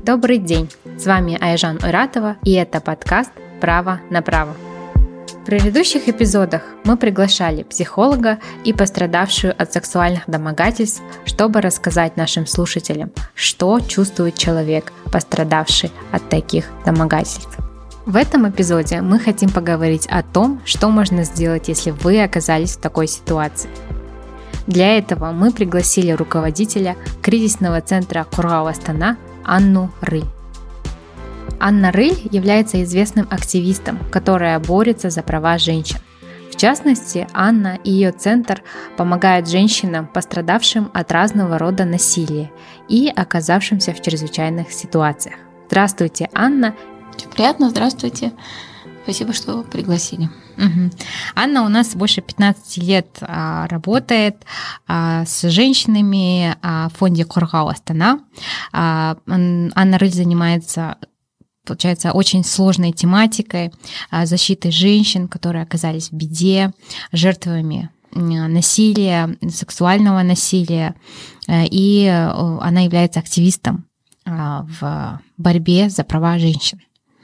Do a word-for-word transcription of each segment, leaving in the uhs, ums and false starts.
Добрый день! С вами Айжан Уратова, и это подкаст «Право на право». В предыдущих эпизодах мы приглашали психолога и пострадавшую от сексуальных домогательств, чтобы рассказать нашим слушателям, что чувствует человек, пострадавший от таких домогательств. В этом эпизоде мы хотим поговорить о том, что можно сделать, если вы оказались в такой ситуации. Для этого мы пригласили руководителя кризисного центра Қорғау Астана Анну Рыль. Анна Рыль является известным активистом, которая борется за права женщин. В частности, Анна и ее центр помогают женщинам, пострадавшим от разного рода насилия и оказавшимся в чрезвычайных ситуациях. Здравствуйте, Анна. Приятно, здравствуйте. Спасибо, что пригласили. Угу. Анна у нас больше пятнадцать лет а, работает а, с женщинами а, в фонде Қорғау Астана. А, Анна Рыль занимается, получается, очень сложной тематикой а, защиты женщин, которые оказались в беде, жертвами насилия, сексуального насилия, и она является активистом а, в борьбе за права женщин.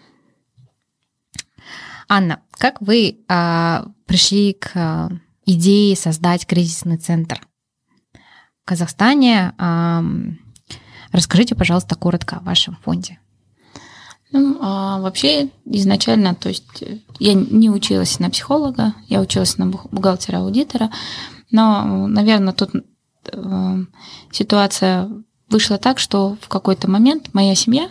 Анна, как вы а, пришли к а, идее создать кризисный центр в Казахстане? А, расскажите, пожалуйста, коротко о вашем фонде. Ну, а, вообще, изначально, то есть я не училась на психолога, я училась на бухгалтера-аудитора, но, наверное, тут э, ситуация вышла так, что в какой-то момент моя семья,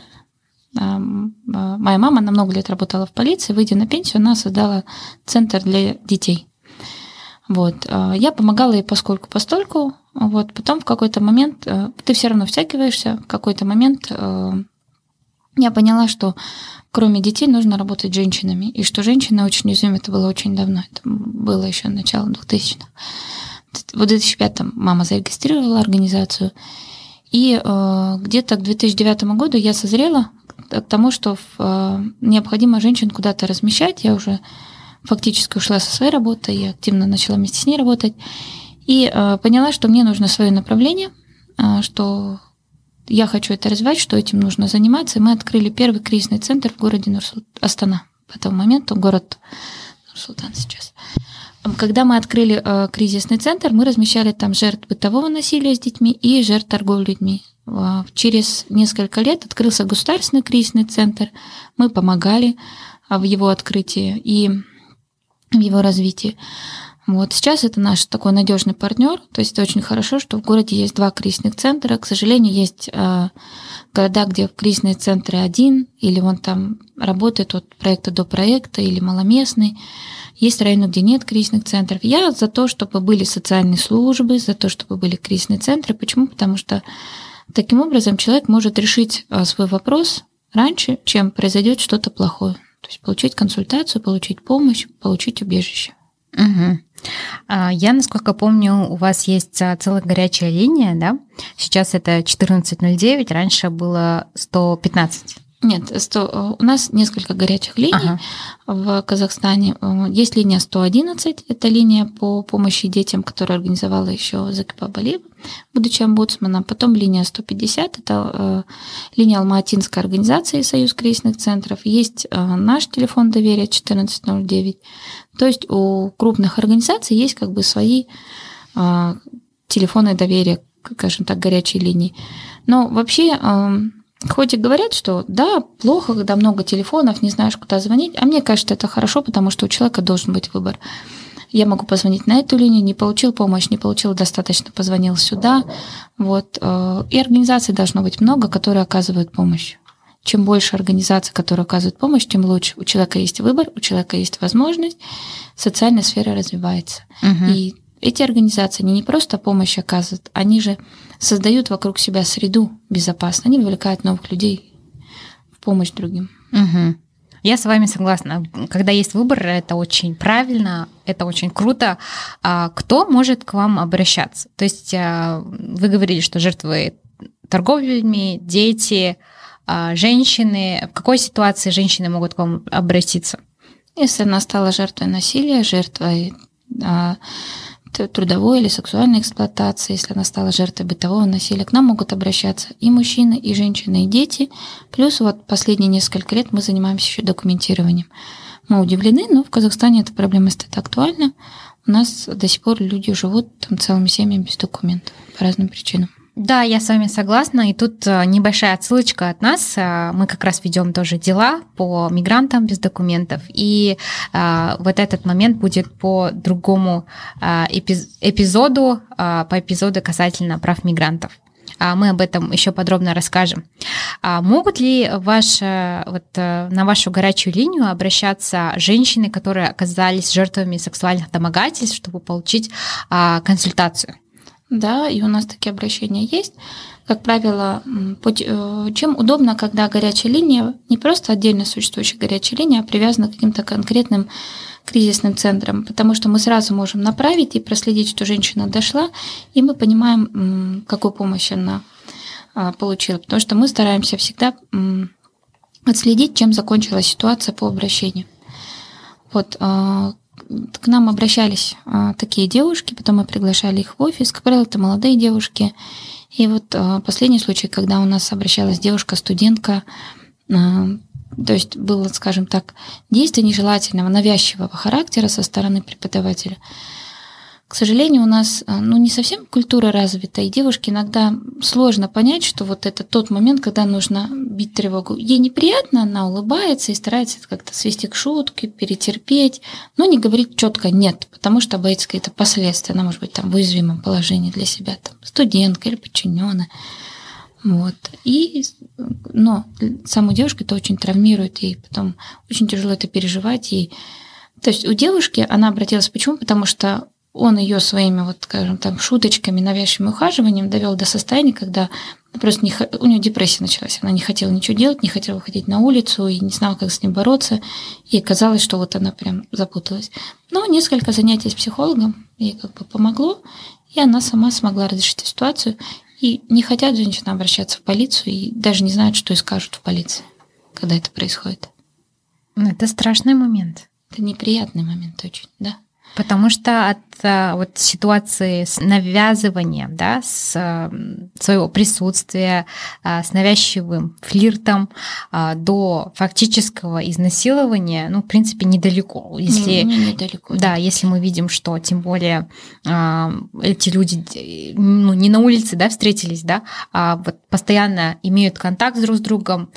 моя мама на много лет работала в полиции, выйдя на пенсию, она создала центр для детей. Вот. Я помогала ей поскольку-постольку. Вот. Потом в какой-то момент, ты все равно втягиваешься, в какой-то момент я поняла, что кроме детей нужно работать с женщинами, и что женщины очень уязвимы, это было очень давно, это было еще начало двухтысячных. В две тысячи пятом мама зарегистрировала организацию, и где-то к две тысячи девятому году я созрела к тому, что э, необходимо женщин куда-то размещать. Я уже фактически ушла со своей работы, я активно начала вместе с ней работать. И э, поняла, что мне нужно свое направление, э, что я хочу это развивать, что этим нужно заниматься. И мы открыли первый кризисный центр в городе Нур-Султан, Астана. По тому моменту город Нур-Султан сейчас. Когда мы открыли э, кризисный центр, мы размещали там жертв бытового насилия с детьми и жертв торговли людьми. Через несколько лет открылся государственный кризисный центр. Мы помогали в его открытии и в его развитии. Вот сейчас это наш такой надежный партнер. То есть это очень хорошо, что в городе есть два кризисных центра. К сожалению, есть э, города, где кризисные центры один, или он там работает от проекта до проекта, или маломестный. Есть районы, где нет кризисных центров. Я за то, чтобы были социальные службы, за то, чтобы были кризисные центры. Почему? Потому что таким образом человек может решить свой вопрос раньше, чем произойдет что-то плохое. То есть получить консультацию, получить помощь, получить убежище. Угу. Я, насколько помню, у вас есть целая горячая линия, да? Сейчас это четырнадцать ноль девять, раньше было сто пятнадцать. Нет, сто, у нас несколько горячих линий ага. в Казахстане. Есть линия сто одиннадцать, это линия по помощи детям, которую организовала еще Зокипа Балиева, будучи омбудсменом. Потом линия сто пятьдесят, это линия Алма-Атинской организации Союз кризисных центров. Есть наш телефон доверия четырнадцать ноль девять. То есть у крупных организаций есть как бы свои телефоны доверия, скажем так, горячие линии. Но вообще... Хоть и говорят, что да, плохо, когда много телефонов, не знаешь, куда звонить, а мне кажется, это хорошо, потому что у человека должен быть выбор. Я могу позвонить на эту линию, не получил помощь, не получил достаточно, позвонил сюда. Вот. И организаций должно быть много, которые оказывают помощь. Чем больше организаций, которые оказывают помощь, тем лучше. У человека есть выбор, у человека есть возможность, социальная сфера развивается. Угу. И эти организации, они не просто помощь оказывают, они же создают вокруг себя среду безопасную, они вовлекают новых людей в помощь другим. Угу. Я с вами согласна. Когда есть выбор, это очень правильно, это очень круто. А кто может к вам обращаться? То есть вы говорили, что жертвы торговли людьми, дети, женщины. В какой ситуации женщины могут к вам обратиться? Если она стала жертвой насилия, жертвой трудовой или сексуальной эксплуатации, если она стала жертвой бытового насилия, к нам могут обращаться и мужчины, и женщины, и дети. Плюс вот последние несколько лет мы занимаемся еще документированием. Мы удивлены, но в Казахстане эта проблема стоит актуальна. У нас до сих пор люди живут там целыми семьями без документов по разным причинам. Да, я с вами согласна. И тут небольшая отсылочка от нас. Мы как раз ведем тоже дела по мигрантам без документов. И а, вот этот момент будет по другому а, эпиз- эпизоду, а, по эпизоду касательно прав мигрантов. А мы об этом еще подробно расскажем. А могут ли ваш, вот, на вашу горячую линию обращаться женщины, которые оказались жертвами сексуальных домогательств, чтобы получить а, консультацию? Да, и у нас такие обращения есть. Как правило, чем удобно, когда горячая линия не просто отдельно существующая горячая линия, а привязана к каким-то конкретным кризисным центрам, потому что мы сразу можем направить и проследить, что женщина дошла, и мы понимаем, какую помощь она получила, потому что мы стараемся всегда отследить, чем закончилась ситуация по обращению. Вот. К нам обращались а, такие девушки, потом мы приглашали их в офис. Как правило, это молодые девушки. И вот а, последний случай, когда у нас обращалась девушка-студентка, а, то есть было, скажем так, действие нежелательного, навязчивого характера со стороны преподавателя. К сожалению, у нас ну, не совсем культура развита, и девушке иногда сложно понять, что вот это тот момент, когда нужно бить тревогу. Ей неприятно, она улыбается и старается это как-то свести к шутке, перетерпеть, но не говорит четко «нет», потому что боится какие-то последствия. Она может быть там в уязвимом положении для себя, там, студентка или подчиненная. Вот. И, но саму девушку это очень травмирует, ей потом очень тяжело это переживать. И, то есть у девушки она обратилась почему? Потому что он ее своими, вот, скажем, там, шуточками, навязчивым ухаживанием довел до состояния, когда просто не, у нее депрессия началась. Она не хотела ничего делать, не хотела выходить на улицу и не знала, как с ним бороться. И казалось, что вот она прям запуталась. Но несколько занятий с психологом ей как бы помогло, и она сама смогла разрешить эту ситуацию. И не хотят женщины обращаться в полицию, и даже не знают, что и скажут в полиции, когда это происходит. Это страшный момент. Это неприятный момент очень, да. Потому что от вот, ситуации с навязыванием, да, с своего присутствия, с навязчивым флиртом до фактического изнасилования, ну, в принципе, недалеко. Если, не, не недалеко. Да, да, если мы видим, что тем более эти люди ну, не на улице, да, встретились, да, а вот постоянно имеют контакт друг с другом,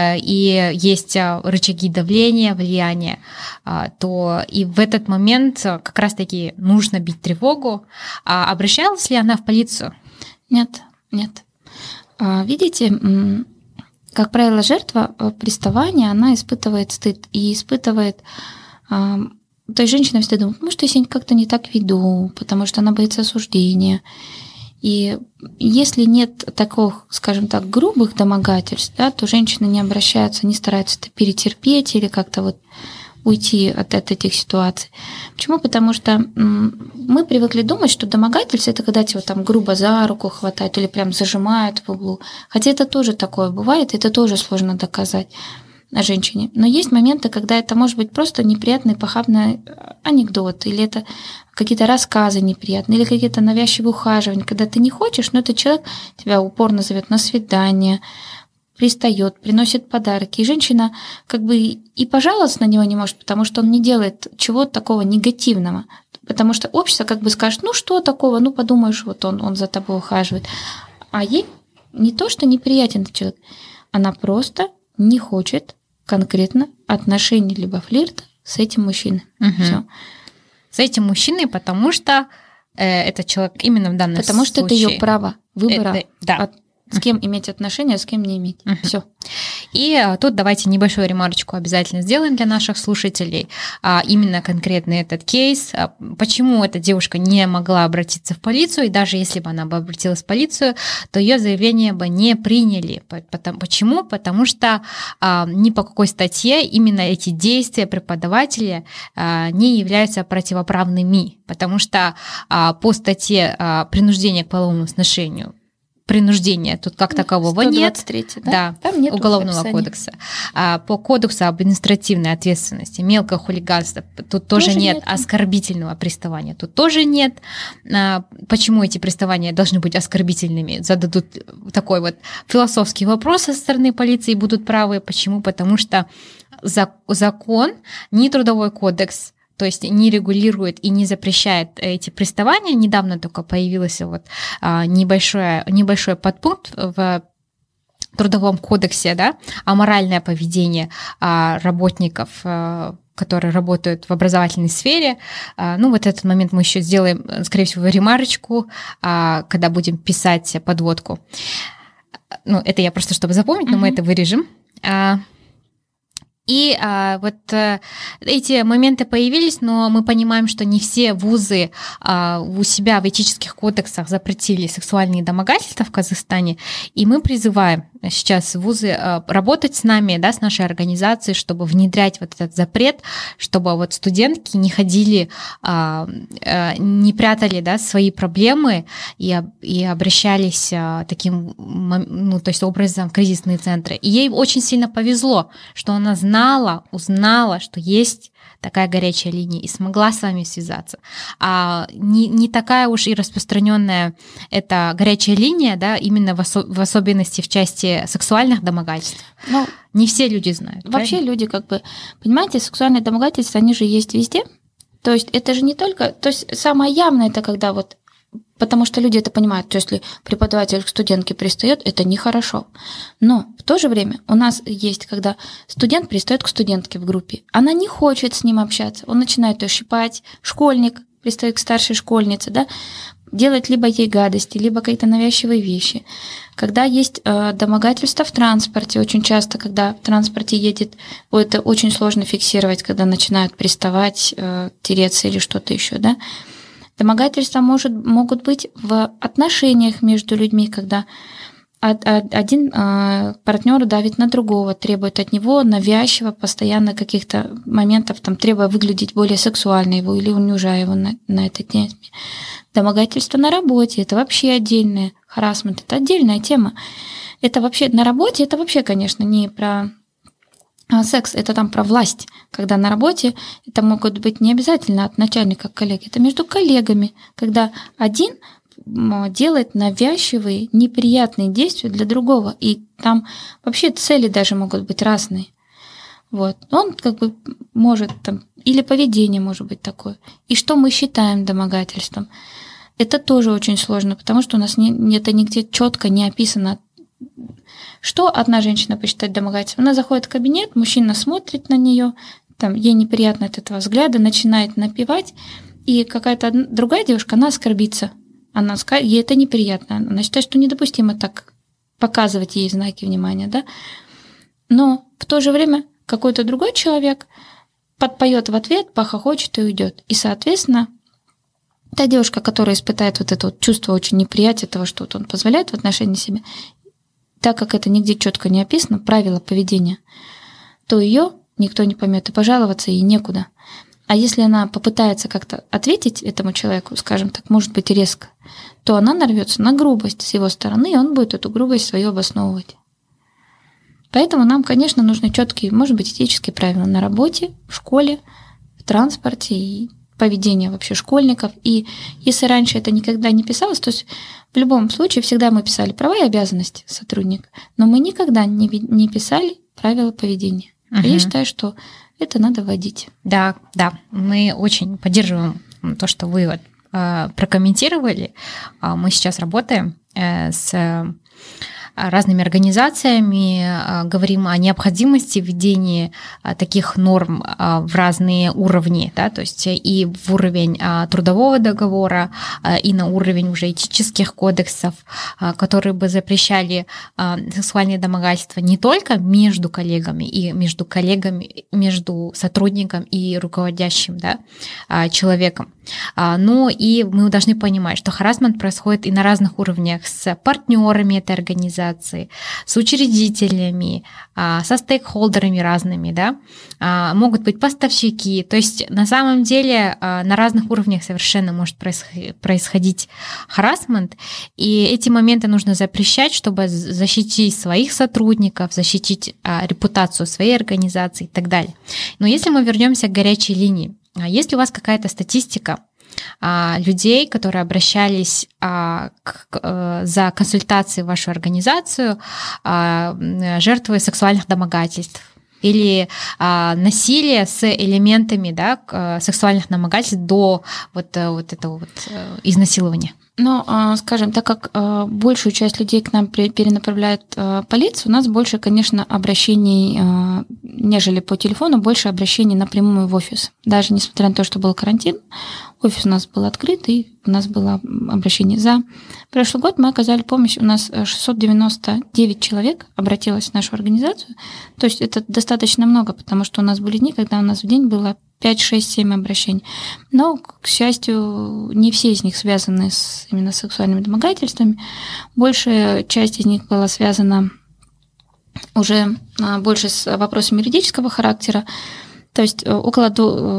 и есть рычаги давления, влияния, то и в этот момент как раз-таки нужно бить тревогу. А обращалась ли она в полицию? Нет, нет. Видите, как правило, жертва приставания, она испытывает стыд и испытывает... То есть женщина всегда думает, может, я себя как-то не так веду, потому что она боится осуждения. И если нет таких, скажем так, грубых домогательств, да, то женщины не обращаются, не стараются это перетерпеть или как-то вот уйти от, от этих ситуаций. Почему? Потому что мы привыкли думать, что домогательство – это когда тебя там грубо за руку хватают или прям зажимают в углу. Хотя это тоже такое бывает, это тоже сложно доказать о женщине. Но есть моменты, когда это может быть просто неприятный, похабный анекдот, или это какие-то рассказы неприятные, или какие-то навязчивые ухаживания, когда ты не хочешь, но этот человек тебя упорно зовет на свидание, пристает, приносит подарки. И женщина как бы и пожаловаться на него не может, потому что он не делает чего-то такого негативного. Потому что общество как бы скажет, ну что такого, ну подумаешь, вот он, он за тобой ухаживает. А ей не то, что неприятен этот человек, она просто не хочет конкретно отношений либо флирта с этим мужчиной. Угу. Всё. С этим мужчиной, потому что э, этот человек именно в данном потому случае... Потому что это ее право выбора. Это, да. От, с кем иметь отношения, а с кем не иметь. Uh-huh. Все. И тут давайте небольшую ремарочку обязательно сделаем для наших слушателей. А именно конкретно этот кейс. Почему эта девушка не могла обратиться в полицию, и даже если бы она бы обратилась в полицию, то ее заявление бы не приняли. Почему? Потому что а, ни по какой статье именно эти действия преподавателя а, не являются противоправными. Потому что а, по статье а, принуждения к половому сношению принуждения тут как такового сто нет. двадцать три, да? Да, Там нет Уголовного кодекса. А, по кодексу об административной ответственности, мелкое хулиганство, тут тоже, тоже нет. нет. Оскорбительного приставания тут тоже нет. А, почему эти приставания должны быть оскорбительными? Зададут такой вот философский вопрос со стороны полиции, будут правы. Почему? Потому что закон, не трудовой кодекс, то есть не регулирует и не запрещает эти приставания. Недавно только появился вот небольшой, небольшой подпункт в Трудовом кодексе, да, аморальное поведение работников, которые работают в образовательной сфере. Ну, вот этот момент мы еще сделаем, скорее всего, ремарочку, когда будем писать подводку. Ну, это я просто, чтобы запомнить, но mm-hmm. мы это вырежем. И а, вот а, эти моменты появились, но мы понимаем, что не все вузы а, у себя в этических кодексах запретили сексуальные домогательства в Казахстане, и мы призываем сейчас вузы а, работать с нами, да, с нашей организацией, чтобы внедрять вот этот запрет, чтобы вот студентки не ходили, а, а, не прятали, да, свои проблемы и, и обращались а, таким, ну, то есть образом в кризисные центры. И ей очень сильно повезло, что она знала, Знала, узнала, что есть такая горячая линия и смогла с вами связаться. А не, не такая уж и распространенная эта горячая линия, да, именно в, осо- в особенности в части сексуальных домогательств. Ну, не все люди знают. Вообще правильно? Люди как бы, понимаете, сексуальные домогательства, они же есть везде. То есть это же не только, то есть самое явное это когда вот, потому что люди это понимают, то есть если преподаватель к студентке пристает, это нехорошо. Но в то же время у нас есть, когда студент пристает к студентке в группе, она не хочет с ним общаться, он начинает ее щипать, школьник пристает к старшей школьнице, да, делать либо ей гадости, либо какие-то навязчивые вещи. Когда есть э, домогательство в транспорте, очень часто, когда в транспорте едет, это очень сложно фиксировать, когда начинают приставать, э, тереться или что-то еще, да. Домогательства может, могут быть в отношениях между людьми, когда один партнер давит на другого, требует от него навязчиво, постоянно каких-то моментов, там, требуя выглядеть более сексуально его или унижая его на, на этой теме. Домогательство на работе – это вообще отдельное. Харассмент – это отдельная тема. Это вообще на работе, это вообще, конечно, не про... А секс – это там про власть, когда на работе это могут быть не обязательно от начальника к коллеге, это между коллегами, когда один делает навязчивые, неприятные действия для другого, и там вообще цели даже могут быть разные. Вот. Он как бы может там, или поведение может быть такое. И что мы считаем домогательством? Это тоже очень сложно, потому что у нас не, это нигде четко не описано. Что одна женщина посчитает домогательством? Она заходит в кабинет, мужчина смотрит на нее, там, ей неприятно от этого взгляда, начинает напевать, и какая-то другая девушка, она оскорбится. Она скажет, ей это неприятно. Она считает, что недопустимо так показывать ей знаки внимания, да? Но в то же время какой-то другой человек подпоет в ответ, похохочет и уйдет. И, соответственно, та девушка, которая испытает вот это вот чувство очень неприятия того, что вот он позволяет в отношении себя, так как это нигде четко не описано, правила поведения, то ее никто не поймет, и пожаловаться ей некуда. А если она попытается как-то ответить этому человеку, скажем так, может быть, резко, то она нарвется на грубость с его стороны, и он будет эту грубость свою обосновывать. Поэтому нам, конечно, нужны четкие, может быть, этические правила на работе, в школе, в транспорте и поведение вообще школьников. И если раньше это никогда не писалось, то есть в любом случае всегда мы писали права и обязанности сотрудника, но мы никогда не, не писали правила поведения. Uh-huh. Я считаю, что это надо вводить. Да, да, мы очень поддерживаем то, что вы вот, э, прокомментировали. Мы сейчас работаем э, с разными организациями, говорим о необходимости введения таких норм в разные уровни, да, то есть и в уровень трудового договора, и на уровень уже этических кодексов, которые бы запрещали сексуальные домогательства не только между коллегами и между коллегами, между сотрудником и руководящим, да, человеком, но и мы должны понимать, что харассмент происходит и на разных уровнях с партнерами этой организации, организации, с учредителями, со стейкхолдерами разными, да, могут быть поставщики. То есть на самом деле на разных уровнях совершенно может происходить харассмент, и эти моменты нужно запрещать, чтобы защитить своих сотрудников, защитить репутацию своей организации и так далее. Но если мы вернемся к горячей линии, есть ли у вас какая-то статистика людей, которые обращались за консультацией в вашу организацию, жертвы сексуальных домогательств или насилия с элементами, да, сексуальных домогательств до вот, вот этого вот изнасилования? Ну, скажем, так как большую часть людей к нам перенаправляют полицию, у нас больше, конечно, обращений, нежели по телефону, больше обращений напрямую в офис. Даже несмотря на то, что был карантин, офис у нас был открыт, и у нас было обращение. За прошлый год мы оказали помощь, у нас шестьсот девяносто девять человек обратилось в нашу организацию. То есть это достаточно много, потому что у нас были дни, когда у нас в день было пять, шесть, семь обращений. Но, к счастью, не все из них связаны с именно сексуальными домогательствами. Большая часть из них была связана уже больше с вопросами юридического характера. То есть около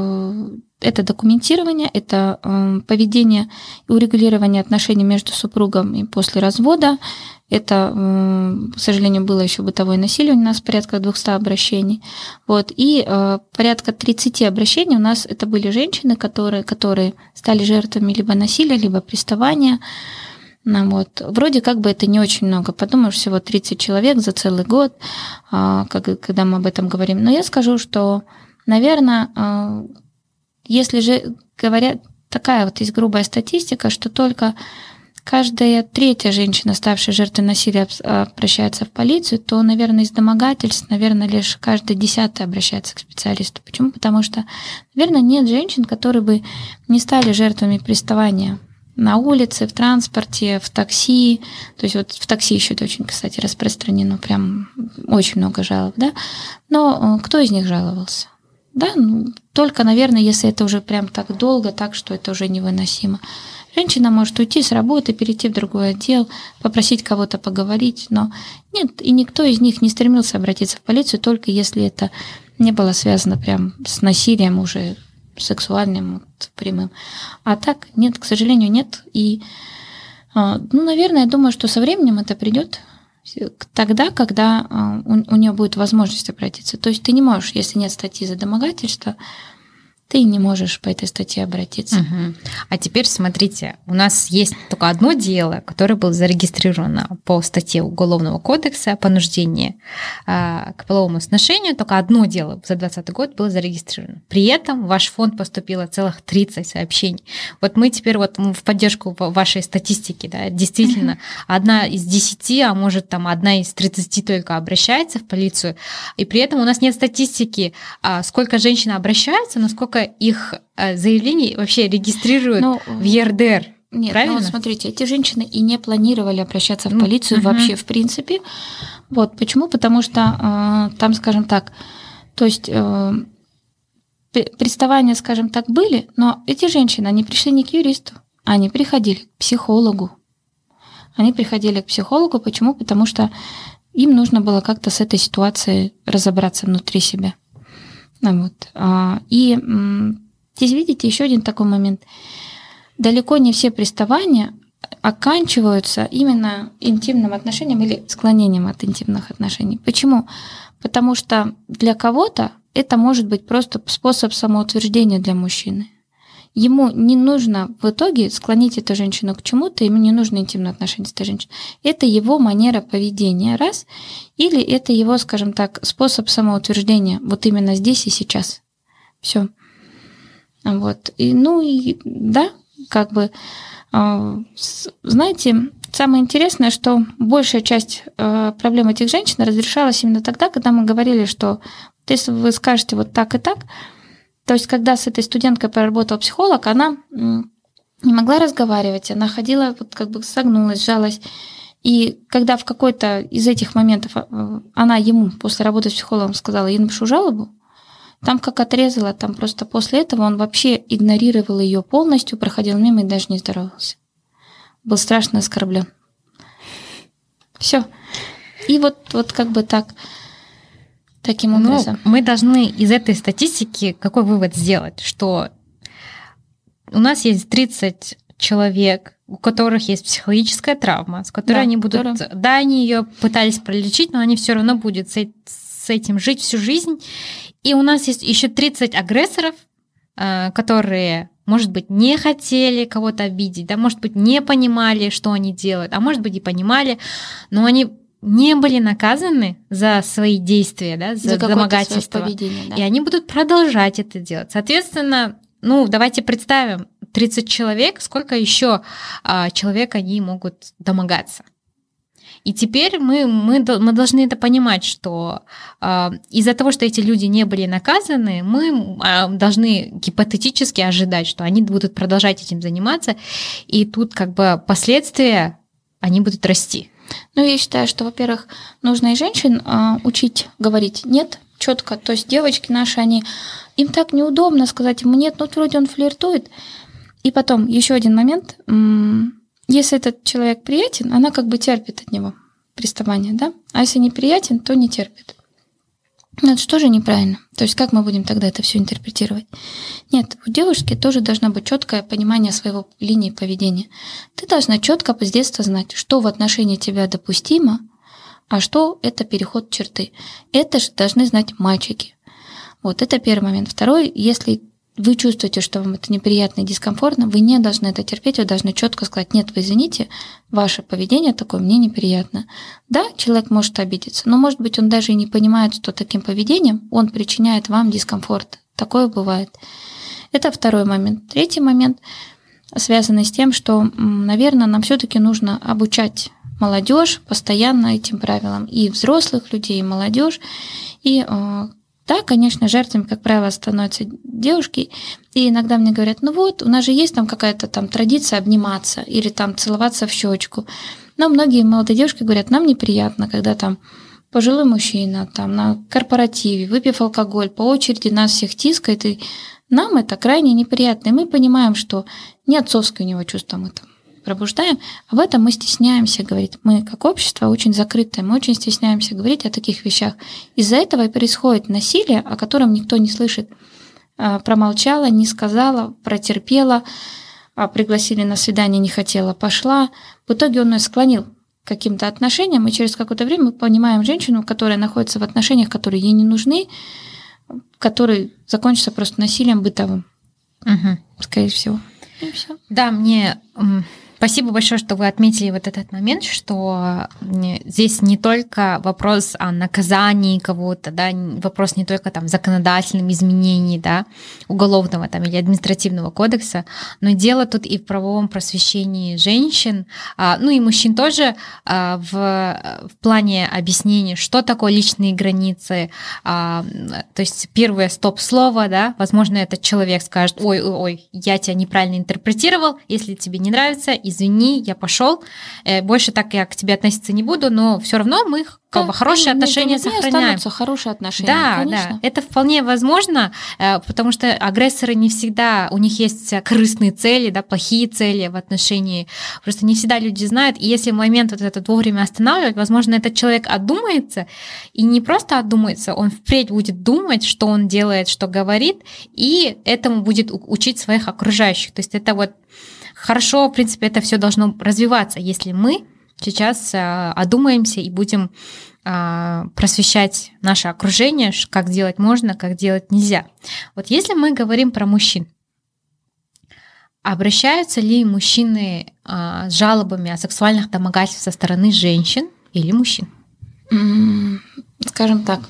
это документирование, это поведение и урегулирование отношений между супругами после развода. Это, к сожалению, было еще бытовое насилие, у нас порядка двести обращений. Вот. И порядка тридцать обращений у нас это были женщины, которые, которые стали жертвами либо насилия, либо приставания. Ну, вот. Вроде как бы это не очень много. Подумаешь, всего тридцать человек за целый год, когда мы об этом говорим. Но я скажу, что, наверное, если же говорят, такая вот есть грубая статистика, что только каждая третья женщина, ставшая жертвой насилия, обращается в полицию, то, наверное, из домогательств, наверное, лишь каждая десятая обращается к специалисту. Почему? Потому что, наверное, нет женщин, которые бы не стали жертвами приставания на улице, в транспорте, в такси. То есть вот в такси еще это очень, кстати, распространено, прям очень много жалоб, да. Но кто из них жаловался? Да, ну, только, наверное, если это уже прям так долго, так, что это уже невыносимо. Женщина может уйти с работы, перейти в другой отдел, попросить кого-то поговорить, но нет, и никто из них не стремился обратиться в полицию, только если это не было связано прям с насилием уже сексуальным, вот, прямым. А так нет, к сожалению, нет. И, ну, наверное, я думаю, что со временем это придет. Тогда, когда у, у нее будет возможность обратиться. То есть ты не можешь, если нет статьи за домогательство, ты не можешь по этой статье обратиться. Угу. А теперь смотрите, у нас есть только одно дело, которое было зарегистрировано по статье Уголовного кодекса «Понуждение к половому сношению». Только одно дело за двадцатый год было зарегистрировано. При этом в ваш фонд поступило целых тридцать сообщений. Вот мы теперь вот в поддержку вашей статистики, да, действительно, угу. одна из десяти, а может там одна из тридцати только обращается в полицию, и при этом у нас нет статистики, сколько женщин обращаются, но сколько их заявлений вообще регистрируют ну, в е эр дэ эр. Нет, правильно? Ну, смотрите, эти женщины и не планировали обращаться в полицию mm-hmm. вообще в принципе. Вот почему? Потому что э, там, скажем так, то есть э, приставания, скажем так, были, но эти женщины, они пришли не к юристу, они приходили к психологу. Они приходили к психологу. Почему? Потому что им нужно было как-то с этой ситуацией разобраться внутри себя. Вот. И здесь видите еще один такой момент. Далеко не все приставания оканчиваются именно интимным отношением или склонением от интимных отношений. Почему? Потому что для кого-то это может быть просто способ самоутверждения для мужчины. Ему не нужно в итоге склонить эту женщину к чему-то, ему не нужно интимные отношения с этой женщиной. Это его манера поведения, раз, или это его, скажем так, способ самоутверждения вот именно здесь и сейчас. Все. Вот. И, ну и да, как бы, знаете, самое интересное, что большая часть проблем этих женщин разрешалась именно тогда, когда мы говорили, что если вы скажете вот так и так. То есть, когда с этой студенткой поработал психолог, она не могла разговаривать, она ходила, вот как бы согнулась, сжалась. И когда в какой-то из этих моментов она ему после работы с психологом сказала, я напишу жалобу, там как отрезала, там просто после этого он вообще игнорировал ее полностью, проходил мимо и даже не здоровался. Был страшно оскорблен. Все. И вот, вот как бы так, таким образом. Ну, мы должны из этой статистики какой вывод сделать, что у нас есть тридцать человек, у которых есть психологическая травма, с которой да, они будут... Которая... Да, они ее пытались пролечить, но они все равно будут с этим жить всю жизнь. И у нас есть еще тридцать агрессоров, которые, может быть, не хотели кого-то обидеть, да, может быть, не понимали, что они делают, а может быть, и понимали, но они не были наказаны за свои действия, да, за, за домогательство. Да. И они будут продолжать это делать. Соответственно, ну, давайте представим, тридцать человек, сколько еще а, человек они могут домогаться. И теперь мы, мы, мы должны это понимать, что э, из-за того, что эти люди не были наказаны, мы э, должны гипотетически ожидать, что они будут продолжать этим заниматься, и тут как бы последствия, они будут расти. Ну, я считаю, что, во-первых, нужно и женщин э, учить говорить «нет» четко. То есть девочки наши, они, им так неудобно сказать ему «нет», ну, вроде он флиртует. И потом еще один момент – если этот человек приятен, она как бы терпит от него приставание, да? А если неприятен, то не терпит. Ну, это что же неправильно? То есть как мы будем тогда это все интерпретировать? Нет, у девушки тоже должно быть четкое понимание своего линии поведения. Ты должна четко с детства знать, что в отношении тебя допустимо, а что это переход черты. Это же должны знать мальчики. Вот это первый момент. Второй, если вы чувствуете, что вам это неприятно и дискомфортно, вы не должны это терпеть, вы должны четко сказать: нет, вы извините, ваше поведение такое мне неприятно. Да, человек может обидеться, но, может быть, он даже и не понимает, что таким поведением он причиняет вам дискомфорт. Такое бывает. Это второй момент. Третий момент, связанный с тем, что, наверное, нам все-таки нужно обучать молодежь постоянно этим правилам, и взрослых людей, и молодежь, и да, конечно, жертвами, как правило, становятся девушки, и иногда мне говорят: ну вот, у нас же есть там какая-то там традиция обниматься или там целоваться в щечку. Но многие молодые девушки говорят: нам неприятно, когда там пожилой мужчина там на корпоративе, выпив алкоголь, по очереди нас всех тискает, и нам это крайне неприятно. И мы понимаем, что не отцовские у него чувства мы там пробуждаем, об этом мы стесняемся говорить. Мы, как общество, очень закрытое, мы очень стесняемся говорить о таких вещах. Из-за этого и происходит насилие, о котором никто не слышит. Промолчала, не сказала, протерпела, пригласили на свидание, не хотела, пошла. В итоге он ее склонил к каким-то отношениям, и через какое-то время мы понимаем женщину, которая находится в отношениях, которые ей не нужны, которые закончатся просто насилием бытовым. Угу. Скорее всего. И все. Да, мне... Спасибо большое, что вы отметили вот этот момент, что здесь не только вопрос о наказании кого-то, да, вопрос не только там законодательном изменении, да, уголовного там или административного кодекса, но дело тут и в правовом просвещении женщин, ну и мужчин тоже в, в плане объяснения, что такое личные границы, то есть первое стоп-слово, да, возможно, этот человек скажет: ой, ой, ой, я тебя неправильно интерпретировал, если тебе не нравится, извини, я пошел, больше так я к тебе относиться не буду, но все равно мы как бы хорошие отношения сохраняем. Останутся хорошие отношения, да, конечно. Да, это вполне возможно, потому что агрессоры не всегда, у них есть корыстные цели, да, плохие цели в отношении, просто не всегда люди знают, и если момент вот этот вовремя останавливать, возможно, этот человек одумается, и не просто одумается, он впредь будет думать, что он делает, что говорит, и этому будет учить своих окружающих. То есть это вот хорошо, в принципе, это все должно развиваться, если мы сейчас а, одумаемся и будем а, просвещать наше окружение, как делать можно, как делать нельзя. Вот если мы говорим про мужчин, обращаются ли мужчины а, с жалобами о сексуальных домогательствах со стороны женщин или мужчин? Скажем так,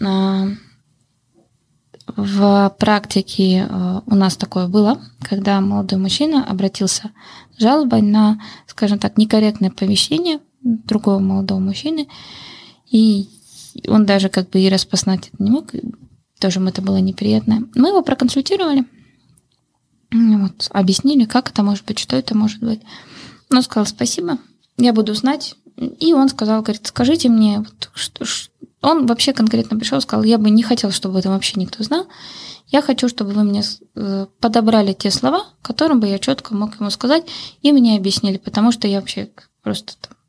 в практике у нас такое было, когда молодой мужчина обратился с жалобой на, скажем так, некорректное поведение другого молодого мужчины, и он даже как бы и распознать это не мог, тоже ему это было неприятно. Мы его проконсультировали, вот, объяснили, как это может быть, что это может быть. Он сказал: спасибо, я буду знать. И он сказал, говорит: скажите мне, вот, что, что... Он вообще конкретно пришел и сказал: я бы не хотел, чтобы об этом вообще никто знал. Я хочу, чтобы вы мне подобрали те слова, которым бы я четко мог ему сказать, и мне объяснили, потому что я вообще просто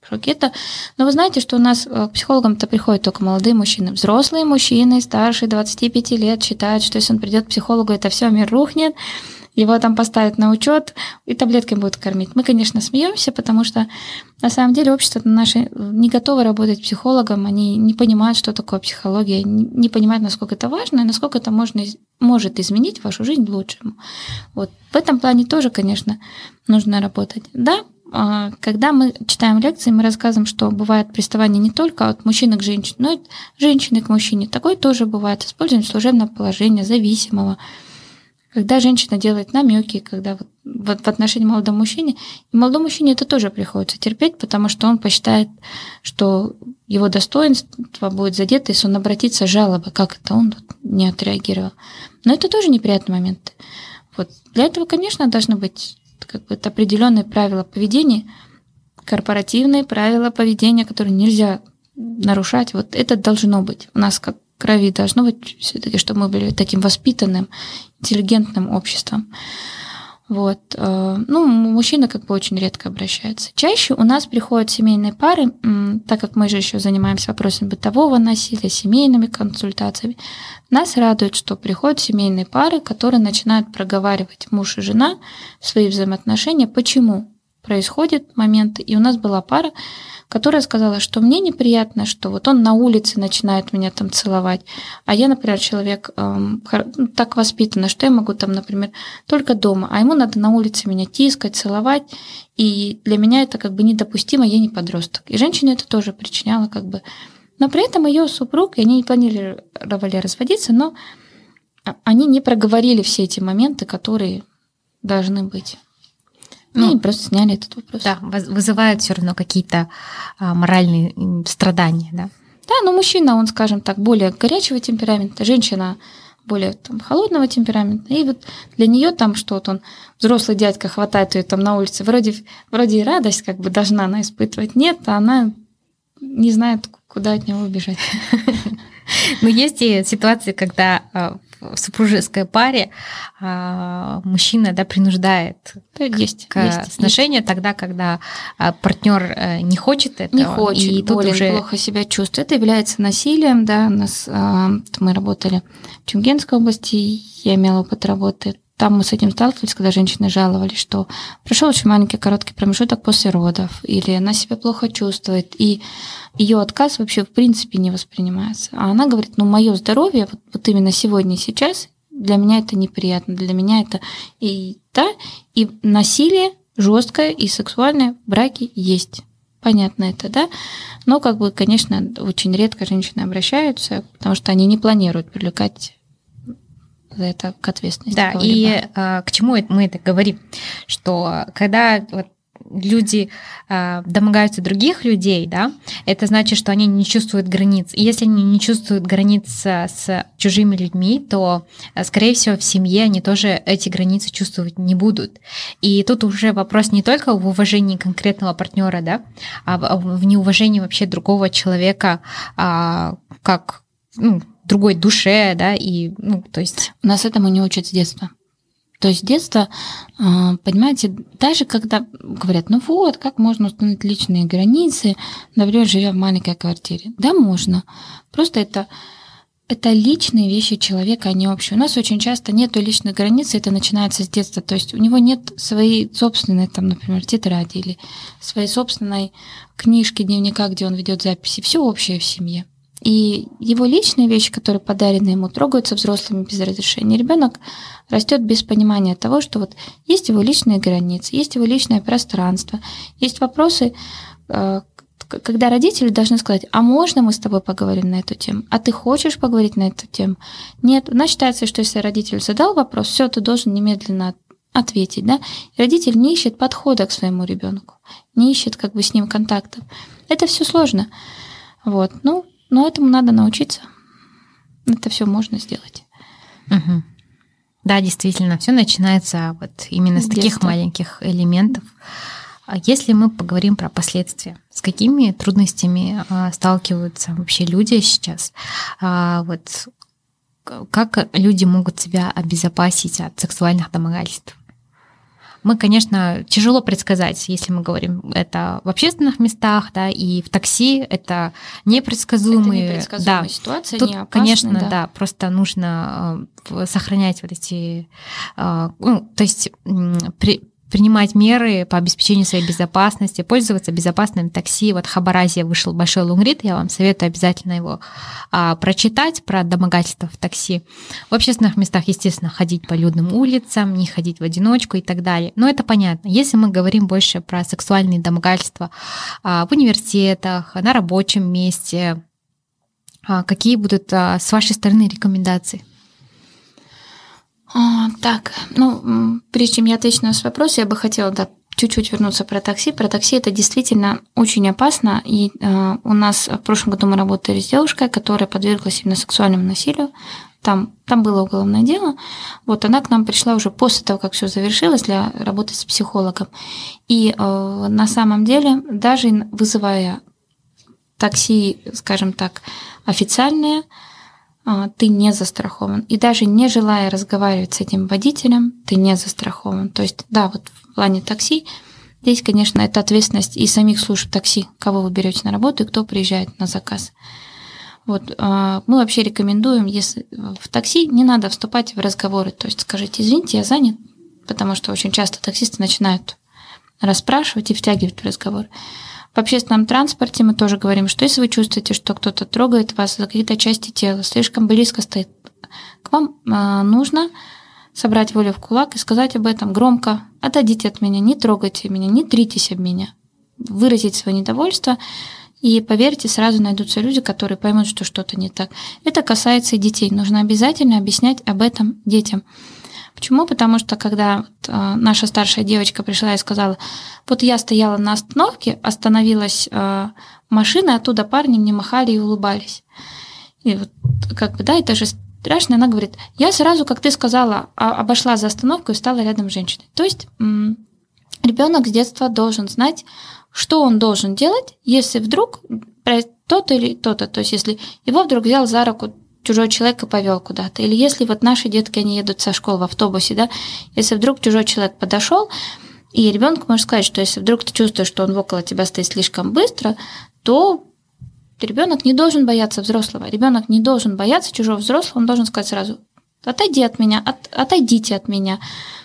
шоке. Это, но вы знаете, что у нас к психологам-то приходят только молодые мужчины. Взрослые мужчины, старше двадцати пяти лет, считают, что если он придет к психологу, это все, мир рухнет, его там поставят на учет и таблетками будут кормить. Мы, конечно, смеемся, потому что на самом деле общество наше не готово работать психологом, они не понимают, что такое психология, не понимают, насколько это важно и насколько это можно, может изменить вашу жизнь к лучшему. Вот. В этом плане тоже, конечно, нужно работать. Да, когда мы читаем лекции, мы рассказываем, что бывает приставание не только от мужчины к женщине, но и от женщины к мужчине. Такое тоже бывает. Используем служебное положение зависимого. Когда женщина делает намеки, когда вот в отношении молодого мужчины, и молодому мужчине это тоже приходится терпеть, потому что он посчитает, что его достоинство будет задето, если он обратится с жалобой, как это он не отреагировал. Но это тоже неприятные моменты. Вот. Для этого, конечно, должны быть как бы определенные правила поведения, корпоративные правила поведения, которые нельзя нарушать. Вот это должно быть. У нас как крови должно быть все-таки, чтобы мы были таким воспитанным, интеллигентным обществом. Вот. Ну, мужчина как бы очень редко обращается. Чаще у нас приходят семейные пары, так как мы же еще занимаемся вопросами бытового насилия, семейными консультациями. Нас радует, что приходят семейные пары, которые начинают проговаривать муж и жена свои взаимоотношения, почему происходят моменты. И у нас была пара, которая сказала, что мне неприятно, что вот он на улице начинает меня там целовать, а я, например, человек эм, так воспитанный, что я могу там, например, только дома, а ему надо на улице меня тискать, целовать, и для меня это как бы недопустимо, я не подросток. И женщине это тоже причиняло как бы... Но при этом ее супруг, и они не планировали разводиться, но они не проговорили все эти моменты, которые должны быть. Ну, и просто сняли этот вопрос. Да, вызывают все равно какие-то а, моральные страдания, да? Да, но мужчина, он, скажем так, более горячего темперамента, женщина более там, холодного темперамента. И вот для нее там что-то он, взрослый дядька хватает ее там на улице, вроде, вроде и радость как бы должна она испытывать. Нет, а она не знает, куда от него убежать. Но есть и ситуации, когда в супружеской паре мужчина, да, принуждает есть, к есть, сношению, есть. Тогда, когда партнер не хочет этого, не хочет, и тут более уже плохо себя чувствует. Это является насилием, да. У нас мы работали в Чунгенской области, я имела опыт работы. Там мы с этим сталкивались, когда женщины жаловались, что прошел очень маленький короткий промежуток после родов, или она себя плохо чувствует, и ее отказ вообще в принципе не воспринимается. А она говорит, ну, мое здоровье, вот, вот именно сегодня и сейчас, для меня это неприятно, для меня это и да, и насилие жесткое и сексуальное в браке есть. Понятно это, да? Но, как бы, конечно, очень редко женщины обращаются, потому что они не планируют привлекать за это к ответственности. Да, и а, к чему мы это говорим? Что когда вот люди а, домогаются других людей, да, это значит, что они не чувствуют границ. И если они не чувствуют границ с чужими людьми, то, скорее всего, в семье они тоже эти границы чувствовать не будут. И тут уже вопрос не только в уважении конкретного партнера, да, а в неуважении вообще другого человека, а, как, ну, другой душе, да, и, ну, то есть... У нас этому не учат с детства. То есть с детства, понимаете, даже когда говорят, ну вот, как можно установить личные границы, например, живя в маленькой квартире. Да, можно. Просто это, это личные вещи человека, а не общие. У нас очень часто нету личных границ, и это начинается с детства. То есть у него нет своей собственной, там, например, тетради или своей собственной книжки, дневника, где он ведет записи. Все общее в семье. И его личные вещи, которые подарены ему, трогаются взрослыми без разрешения. Ребенок растет без понимания того, что вот есть его личные границы, есть его личное пространство, есть вопросы, когда родители должны сказать, а можно мы с тобой поговорим на эту тему? А ты хочешь поговорить на эту тему? Нет. У нас считается, что если родитель задал вопрос, все, ты должен немедленно ответить, да? И родитель не ищет подхода к своему ребенку, не ищет как бы с ним контактов. Это все сложно. Вот, ну. Но этому надо научиться. Это все можно сделать. Угу. Да, действительно, все начинается вот именно с, с таких маленьких элементов. Если мы поговорим про последствия, с какими трудностями а, сталкиваются вообще люди сейчас? А, вот как люди могут себя обезопасить от сексуальных домогательств? мы, конечно, тяжело предсказать, если мы говорим это в общественных местах, да, и в такси это непредсказуемые, это непредсказуемая да, ситуация, тут, не опасная, конечно, да. да, просто нужно сохранять вот эти, ну, то есть при принимать меры по обеспечению своей безопасности, пользоваться безопасным такси. Вот в Хабаразе вышел большой лонгрид, я вам советую обязательно его а, прочитать про домогательство в такси. В общественных местах, естественно, ходить по людным улицам, не ходить в одиночку и так далее. Но это понятно. Если мы говорим больше про сексуальные домогательства а, в университетах, на рабочем месте, а, какие будут а, с вашей стороны рекомендации? А, так, ну, прежде чем я отвечу на ваш вопрос, я бы хотела, да, чуть-чуть вернуться про такси. Про такси это действительно очень опасно. И э, у нас в прошлом году мы работали с девушкой, которая подверглась именно сексуальному насилию. Там, там было уголовное дело. Вот она к нам пришла уже после того, как все завершилось, для работы с психологом. И э, на самом деле, даже вызывая такси, скажем так, официальные, ты не застрахован. И даже не желая разговаривать с этим водителем, ты не застрахован. То есть, да, вот в плане такси, здесь, конечно, это ответственность и самих служб такси, кого вы берете на работу и кто приезжает на заказ. Вот, мы вообще рекомендуем, если в такси не надо вступать в разговоры. То есть скажите: извините, я занят, потому что очень часто таксисты начинают расспрашивать и втягивать в разговор. В общественном транспорте мы тоже говорим, что если вы чувствуете, что кто-то трогает вас за какие-то части тела, слишком близко стоит к вам, нужно собрать волю в кулак и сказать об этом громко: отойдите от меня, не трогайте меня, не тритесь об меня, выразить свое недовольство. И поверьте, сразу найдутся люди, которые поймут, что что-то не так. Это касается и детей. Нужно обязательно объяснять об этом детям. Почему? Потому что когда вот, э, наша старшая девочка пришла и сказала: вот я стояла на остановке, остановилась э, машина, оттуда парни мне махали и улыбались. И вот как бы, да, это же страшно. Она говорит: я сразу, как ты сказала, обошла за остановку и стала рядом с женщиной. То есть м- ребенок с детства должен знать, что он должен делать, если вдруг то-то или то-то. То есть если его вдруг взял за руку чужой человек и повел куда-то. Или если вот наши детки, они едут со школы в автобусе, да, если вдруг чужой человек подошел, и ребенок может сказать, что если вдруг ты чувствуешь, что он около тебя стоит слишком быстро, то ребенок не должен бояться взрослого. Ребенок не должен бояться чужого взрослого, он должен сказать сразу: отойди от меня, от, отойдите от меня,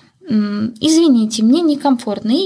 извините, мне некомфортно. И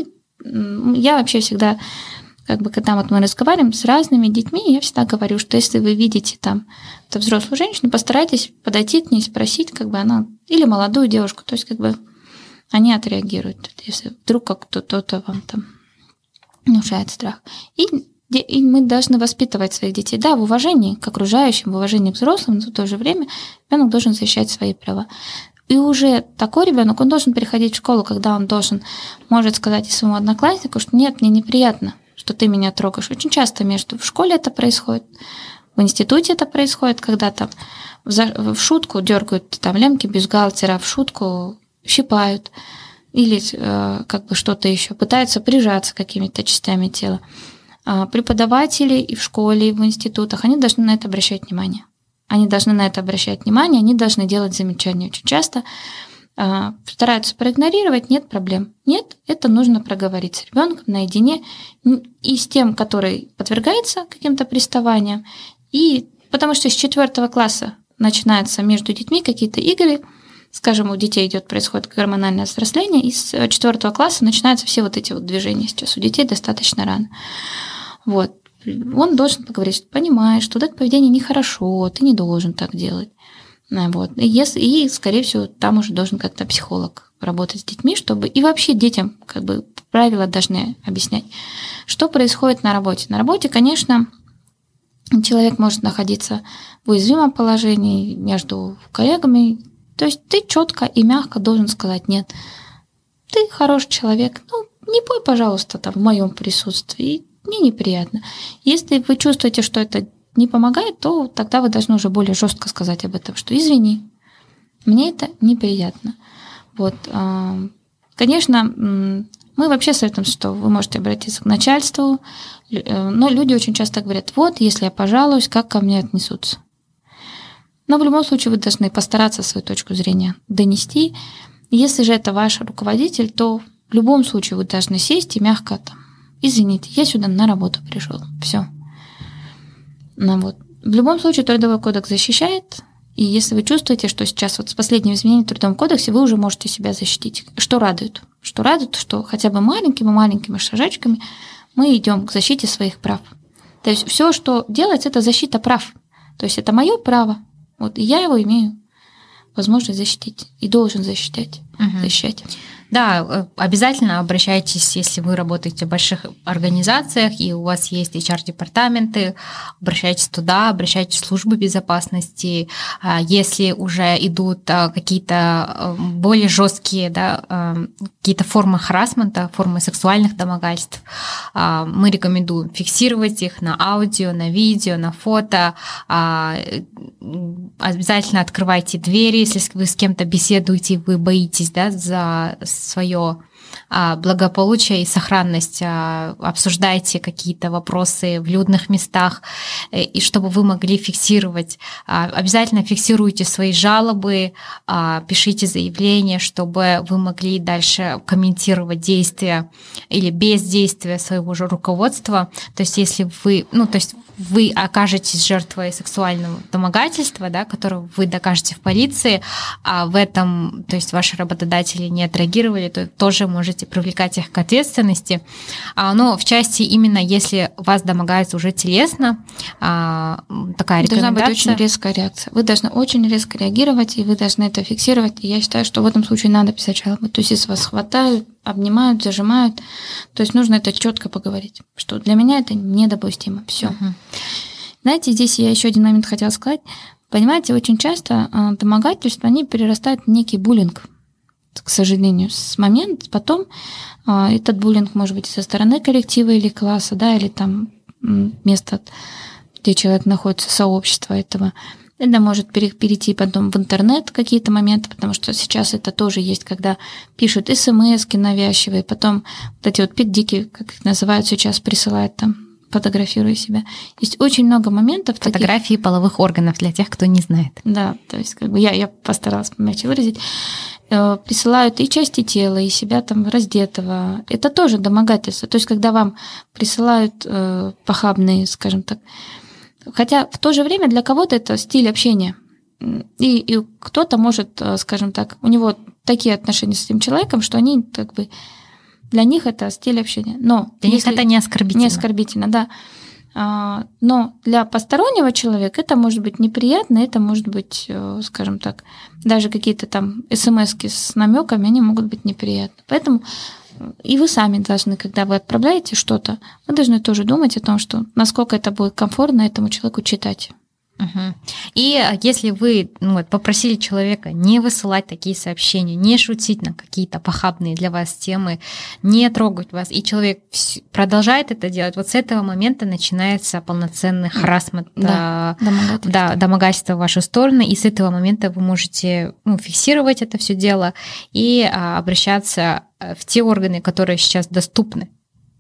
я вообще всегда, как бы, когда вот мы разговариваем с разными детьми, я всегда говорю, что если вы видите там эту взрослую женщину, постарайтесь подойти к ней, спросить, как бы она, или молодую девушку, то есть как бы они отреагируют, если вдруг как-то кто-то вам там внушает страх. И, и мы должны воспитывать своих детей, да, в уважении к окружающим, в уважении к взрослым, но в то же время ребенок должен защищать свои права. И уже такой ребенок, он должен переходить в школу, когда он должен, может сказать своему однокласснику, что нет, мне неприятно, что ты меня трогаешь. Очень часто между в школе это происходит, в институте это происходит, когда там в, в шутку дергают там лямки бюстгальтера, в шутку щипают или э, как бы что-то еще, пытаются прижаться какими-то частями тела. А преподаватели и в школе, и в институтах, они должны на это обращать внимание. Они должны на это обращать внимание, они должны делать замечания. Очень часто э, стараются проигнорировать, нет проблем. Нет, это нужно проговорить с ребенком наедине и с тем, который подвергается каким-то приставаниям. И потому что с четвертого класса начинаются между детьми какие-то игры, скажем, у детей идет, происходит гормональное взросление, и с четвертого класса начинаются все вот эти вот движения сейчас у детей достаточно рано. Вот. Он должен поговорить, что понимаешь, что это поведение нехорошо, ты не должен так делать. Вот. И, если, и, скорее всего, там уже должен как-то психолог работать с детьми, чтобы... И вообще детям как бы правила должны объяснять, что происходит на работе. На работе, конечно, человек может находиться в уязвимом положении между коллегами. То есть ты четко и мягко должен сказать: нет, ты хороший человек, ну, не пой, пожалуйста, там в моем присутствии. Мне неприятно. Если вы чувствуете, что это не помогает, то тогда вы должны уже более жестко сказать об этом, что извини, мне это неприятно. Вот. Конечно, мы вообще советуем, что вы можете обратиться к начальству, но люди очень часто говорят: вот, если я пожалуюсь, как ко мне отнесутся. Но в любом случае вы должны постараться свою точку зрения донести. Если же это ваш руководитель, то в любом случае вы должны сесть и мягко там, извините, я сюда на работу пришел. Все. Ну, вот. В любом случае Трудовой кодекс защищает, и если вы чувствуете, что сейчас вот с последним изменением в Трудовом кодексе вы уже можете себя защитить, что радует? Что радует, что хотя бы маленькими-маленькими шажочками мы идем к защите своих прав. То есть все, что делается, это защита прав. То есть это мое право, вот, и я его имею возможность защитить и должен защищать. Угу. защищать. Да, обязательно обращайтесь, если вы работаете в больших организациях и у вас есть эйч ар-департаменты, обращайтесь туда, обращайтесь в службы безопасности. Если уже идут какие-то более жесткие, да, какие-то формы харассмента, формы сексуальных домогательств, мы рекомендуем фиксировать их на аудио, на видео, на фото. Обязательно открывайте двери, если вы с кем-то беседуете, вы боитесь, да, за свое благополучие и сохранность, обсуждайте какие-то вопросы в людных местах, и чтобы вы могли фиксировать. Обязательно фиксируйте свои жалобы, пишите заявления, чтобы вы могли дальше комментировать действия или бездействие своего же руководства. То есть если вы, ну, то есть вы окажетесь жертвой сексуального домогательства, да, которое вы докажете в полиции, а в этом, то есть ваши работодатели не отреагировали, то тоже можете привлекать их к ответственности. Но в части именно если вас домогаются уже телесно, такая рекомендация. Должна быть очень резкая реакция. Вы должны очень резко реагировать, и вы должны это фиксировать. И я считаю, что в этом случае надо писать жалобу. То есть если вас хватают, обнимают, зажимают, то есть нужно это четко поговорить, что для меня это недопустимо. Все. Угу. Знаете, здесь я еще один момент хотела сказать. Понимаете, очень часто домогательства, они перерастают в некий буллинг, к сожалению. С момента потом этот буллинг может быть со стороны коллектива или класса, да, или там место, где человек находится, сообщество этого. Это может перейти потом в интернет какие-то моменты, потому что сейчас это тоже есть, когда пишут смс-ки навязчивые, потом вот эти вот пиддики, как их называют сейчас, присылают там, фотографируя себя. Есть очень много моментов. Фотографии таких половых органов для тех, кто не знает. Да, то есть как бы я, я постаралась мягче выразить. Присылают и части тела, и себя там раздетого. Это тоже домогательство. То есть когда вам присылают э, похабные, скажем так, хотя в то же время для кого-то это стиль общения. И, и кто-то может, скажем так, у него такие отношения с этим человеком, что они как бы для них это стиль общения. Но для них это не оскорбительно. Не оскорбительно, да. Но для постороннего человека это может быть неприятно, это может быть, скажем так, даже какие-то там смс-ки с намеками, они могут быть неприятны. Поэтому и вы сами должны, когда вы отправляете что-то, вы должны тоже думать о том, что насколько это будет комфортно этому человеку читать. Угу. И если вы ну, вот, попросили человека не высылать такие сообщения, не шутить на какие-то похабные для вас темы, не трогать вас, и человек продолжает это делать, вот с этого момента начинается полноценный харассмент, да, домогательство. Да, домогательство в вашу сторону, и с этого момента вы можете ну, фиксировать это все дело и а, обращаться в те органы, которые сейчас доступны.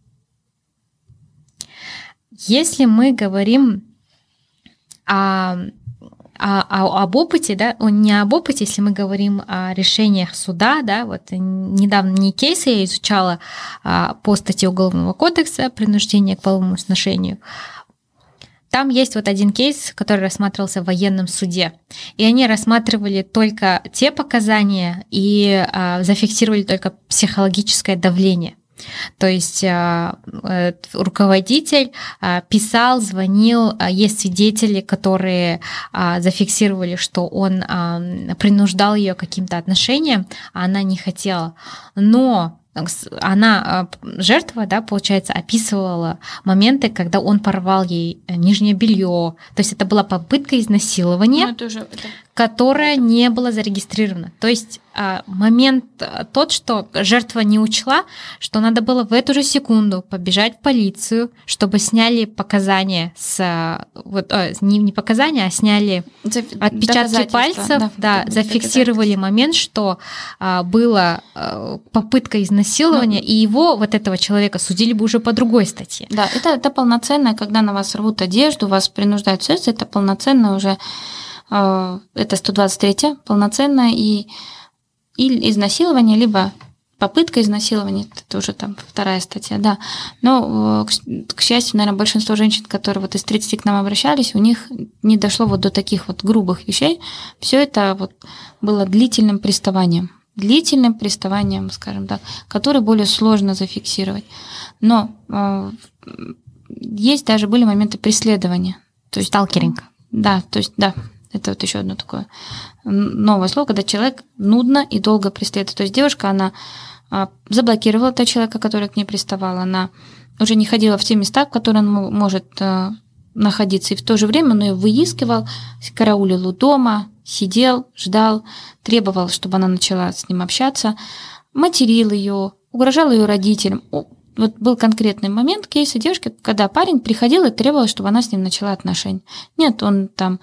Если мы говорим А, а, об опыте, да, не об опыте, если мы говорим о решениях суда, да, вот недавно не кейсы я изучала а, по статье Уголовного кодекса «Принуждение к половому сношению». Там есть вот один кейс, который рассматривался в военном суде, и они рассматривали только те показания и а, зафиксировали только психологическое давление. То есть руководитель писал, звонил, есть свидетели, которые зафиксировали, что он принуждал ее к каким-то отношениям, а она не хотела. Но она, жертва, да, получается, описывала моменты, когда он порвал ей нижнее белье. То есть это была попытка изнасилования, это уже, это... которая не была зарегистрирована. То есть момент тот, что жертва не учла, что надо было в эту же секунду побежать в полицию, чтобы сняли показания с вот не, не показания, а сняли отпечатки пальцев, да, да, зафиксировали момент, что была попытка изнасилования, ну, и его, вот этого человека, судили бы уже по другой статье. Да, это, это полноценное, когда на вас рвут одежду, вас принуждают секс, это полноценно уже, это сто двадцать третья, полноценное и или изнасилование, либо попытка изнасилования, это уже там вторая статья, да. Но, к, к счастью, наверное, большинство женщин, которые вот из тридцати к нам обращались, у них не дошло вот до таких вот грубых вещей. Все это вот было длительным приставанием. Длительным приставанием, скажем так, которое более сложно зафиксировать. Но э, есть даже были моменты преследования. То есть, сталкеринг. Да, то есть, да. Это вот еще одно такое новое слово, когда человек нудно и долго преследует. То есть девушка, она заблокировала того человека, который к ней приставал, она уже не ходила в те места, в которые он может находиться, и в то же время он ее выискивал, караулил у дома, сидел, ждал, требовал, чтобы она начала с ним общаться, материл ее, угрожал ее родителям. Вот был конкретный момент кейса девушки, когда парень приходил и требовал, чтобы она с ним начала отношения. Нет, он там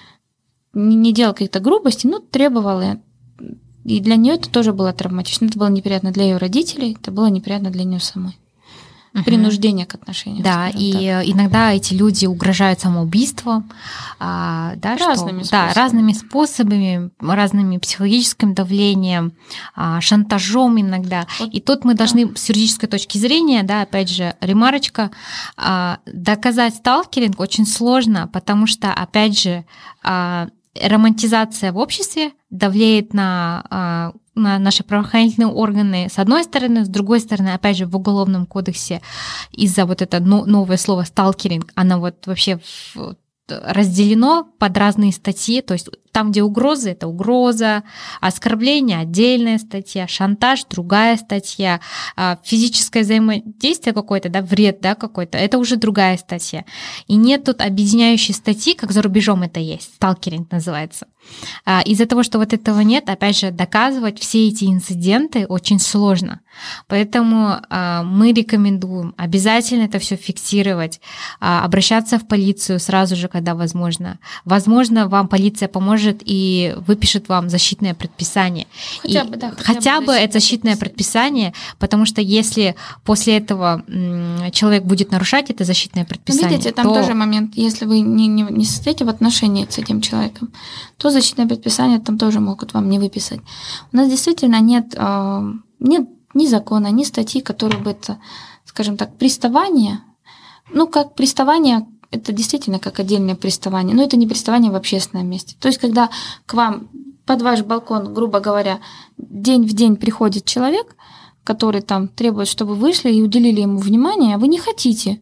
не делал каких-то грубостей, но требовал. И для нее это тоже было травматично. Это было неприятно для ее родителей, это было неприятно для нее самой. Угу. Принуждение к отношениям. Да, и так. Иногда эти люди угрожают самоубийством. А, да, разными что, способами. Да, разными способами, разными психологическим давлением, а, шантажом иногда. Вот, и тут мы должны да. с юридической точки зрения, да, опять же, ремарочка, а, доказать сталкеринг очень сложно, потому что, опять же, а, романтизация в обществе давлеет на, на наши правоохранительные органы с одной стороны, с другой стороны, опять же, в Уголовном кодексе из-за вот это новое слово «сталкеринг», оно вот вообще разделено под разные статьи, то есть там, где угрозы, это угроза, оскорбление — отдельная статья, шантаж — другая статья, физическое взаимодействие какое-то, да, вред, да, какой-то, это уже другая статья. И нет тут объединяющей статьи, как за рубежом это есть, сталкеринг называется. Из-за того, что вот этого нет, опять же, доказывать все эти инциденты очень сложно. Поэтому мы рекомендуем обязательно это все фиксировать, обращаться в полицию сразу же, когда возможно. Возможно, вам полиция поможет и выпишет вам защитное предписание. Хотя и бы, да, хотя, хотя бы, бы это защитное предписание, потому что если после этого человек будет нарушать это защитное предписание, видите, там то... тоже момент, если вы не, не, не состоите в отношении с этим человеком, то защитное предписание там тоже могут вам не выписать. У нас действительно нет, э, нет ни закона, ни статьи, которые бы это, скажем так, приставание, ну, как приставание, это действительно как отдельное приставание, но это не приставание в общественном месте. То есть, когда к вам под ваш балкон, грубо говоря, день в день приходит человек, который там требует, чтобы вы вышли и уделили ему внимание, а вы не хотите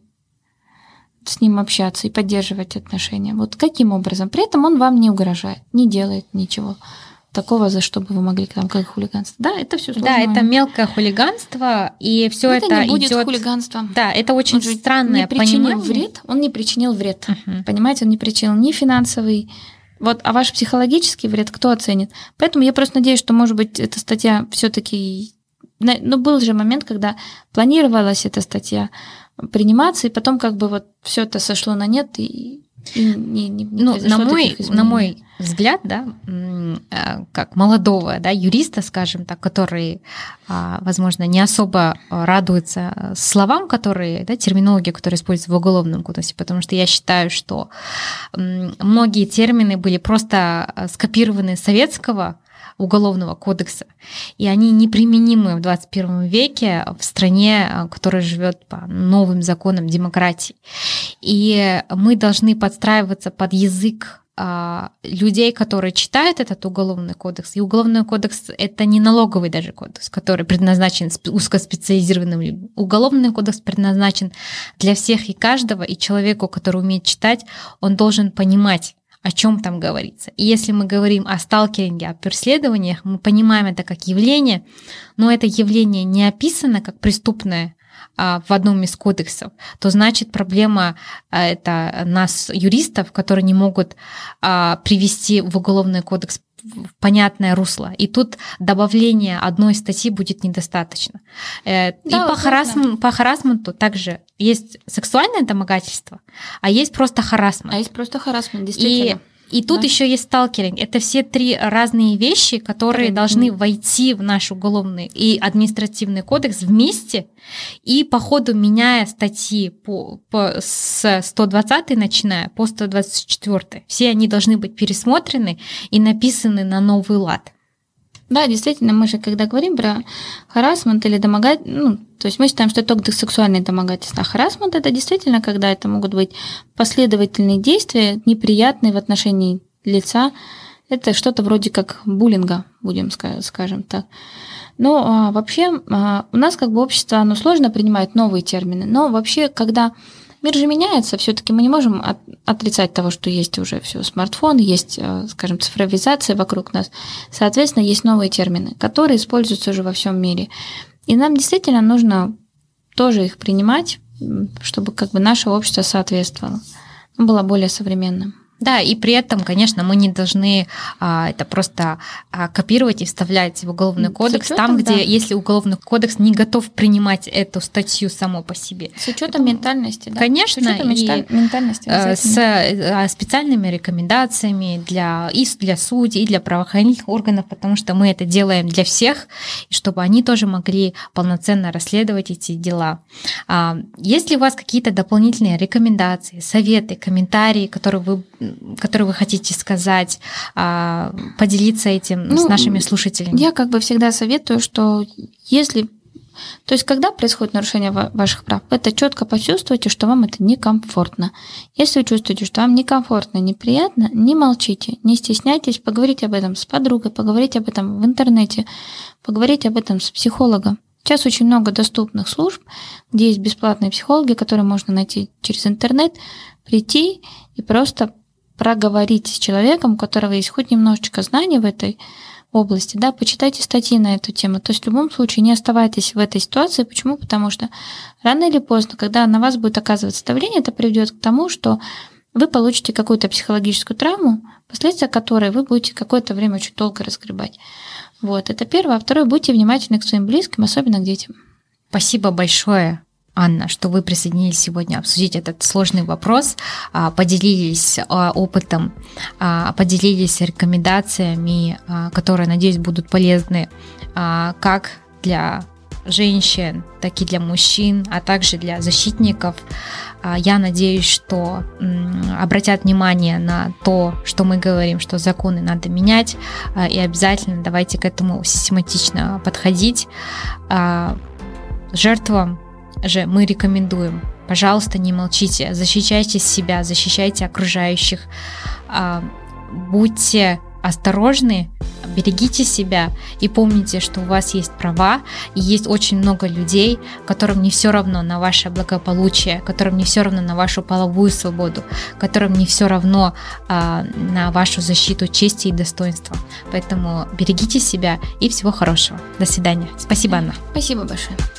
с ним общаться и поддерживать отношения. Вот каким образом? При этом он вам не угрожает, не делает ничего такого, за что бы вы могли, там, как хулиганство. Да, это все сложно. Да, это мелкое хулиганство, и все это, это не будет идет... хулиганством. Да, это очень он странное не причинил понимание. вред, он не причинил вред. Uh-huh. Понимаете, он не причинил ни финансовый, вот, а ваш психологический вред кто оценит? Поэтому я просто надеюсь, что, может быть, эта статья все-таки... Ну, был же момент, когда планировалась эта статья приниматься, и потом как бы вот все это сошло на нет, и, и не, не, не ну, на мой, на мой взгляд, да, как молодого, да, юриста, скажем так, который, возможно, не особо радуется словам, которые, да, терминологии, которые используются в Уголовном кодексе, потому что я считаю, что многие термины были просто скопированы с советского Уголовного кодекса, и они неприменимы в двадцать первом веке в стране, которая живет по новым законам демократии. И мы должны подстраиваться под язык людей, которые читают этот Уголовный кодекс. И Уголовный кодекс — это не налоговый даже кодекс, который предназначен узкоспециализированным людям. Уголовный кодекс предназначен для всех и каждого, и человеку, который умеет читать, он должен понимать, о чем там говорится. И если мы говорим о сталкеринге, о преследованиях, мы понимаем это как явление, но это явление не описано как преступное а, в одном из кодексов, то значит проблема а, это нас, юристов, которые не могут а, привести в Уголовный кодекс в понятное русло. И тут добавление одной статьи будет недостаточно. Да, и по, харасменту, по харассменту также есть сексуальное домогательство, а есть просто харассмент. А есть просто харассмент, действительно. И, и тут да. еще есть сталкеринг. Это все три разные вещи, которые mm-hmm. должны войти в наш уголовный и административный кодекс вместе, и по ходу меняя статьи по, по, с сто двадцатой начиная по сто двадцать четвёртой. Все они должны быть пересмотрены и написаны на новый лад. Да, действительно, мы же, когда говорим про харассмент или домогательство, ну, то есть мы считаем, что это только сексуальные домогательства. А харассмент – это действительно, когда это могут быть последовательные действия, неприятные в отношении лица. Это что-то вроде как буллинга, будем скажем так. Но а, вообще а, у нас как бы общество, оно сложно принимает новые термины. Но вообще, когда мир же меняется, все-таки мы не можем от, отрицать того, что есть уже все смартфон, есть, скажем, цифровизация вокруг нас. Соответственно, есть новые термины, которые используются уже во всем мире. И нам действительно нужно тоже их принимать, чтобы как бы наше общество соответствовало, было более современным. Да, и при этом, конечно, мы не должны а, это просто а, копировать и вставлять в Уголовный кодекс, учетом, там, где, да. если Уголовный кодекс не готов принимать эту статью само по себе. С учетом это, ментальности, да? Конечно, с учетом и ментальности, с специальными рекомендациями для, и для судей, и для правоохранительных органов, потому что мы это делаем для всех, чтобы они тоже могли полноценно расследовать эти дела. А, есть ли у вас какие-то дополнительные рекомендации, советы, комментарии, которые вы которые вы хотите сказать, поделиться этим ну, с нашими слушателями? Я как бы всегда советую, что если... То есть, когда происходит нарушение ваших прав, вы это четко почувствуете, что вам это некомфортно. Если вы чувствуете, что вам некомфортно, неприятно, не молчите, не стесняйтесь, поговорите об этом с подругой, поговорите об этом в интернете, поговорите об этом с психологом. Сейчас очень много доступных служб, где есть бесплатные психологи, которые можно найти через интернет, прийти и просто проговорить с человеком, у которого есть хоть немножечко знаний в этой области, да, почитайте статьи на эту тему. То есть в любом случае не оставайтесь в этой ситуации. Почему? Потому что рано или поздно, когда на вас будет оказываться давление, это приведет к тому, что вы получите какую-то психологическую травму, последствия которой вы будете какое-то время очень долго разгребать. Вот, это первое. А второе, будьте внимательны к своим близким, особенно к детям. Спасибо большое, Анна, что вы присоединились сегодня обсудить этот сложный вопрос, поделились опытом, поделились рекомендациями, которые, надеюсь, будут полезны как для женщин, так и для мужчин, а также для защитников. Я надеюсь, что обратят внимание на то, что мы говорим, что законы надо менять, и обязательно давайте к этому систематично подходить. Жертвам же мы рекомендуем, пожалуйста, не молчите, защищайте себя, защищайте окружающих, будьте осторожны, берегите себя и помните, что у вас есть права, и есть очень много людей, которым не все равно на ваше благополучие, которым не все равно на вашу половую свободу, которым не все равно а, на вашу защиту чести и достоинства. Поэтому берегите себя и всего хорошего. До свидания. Спасибо, Анна. Спасибо большое.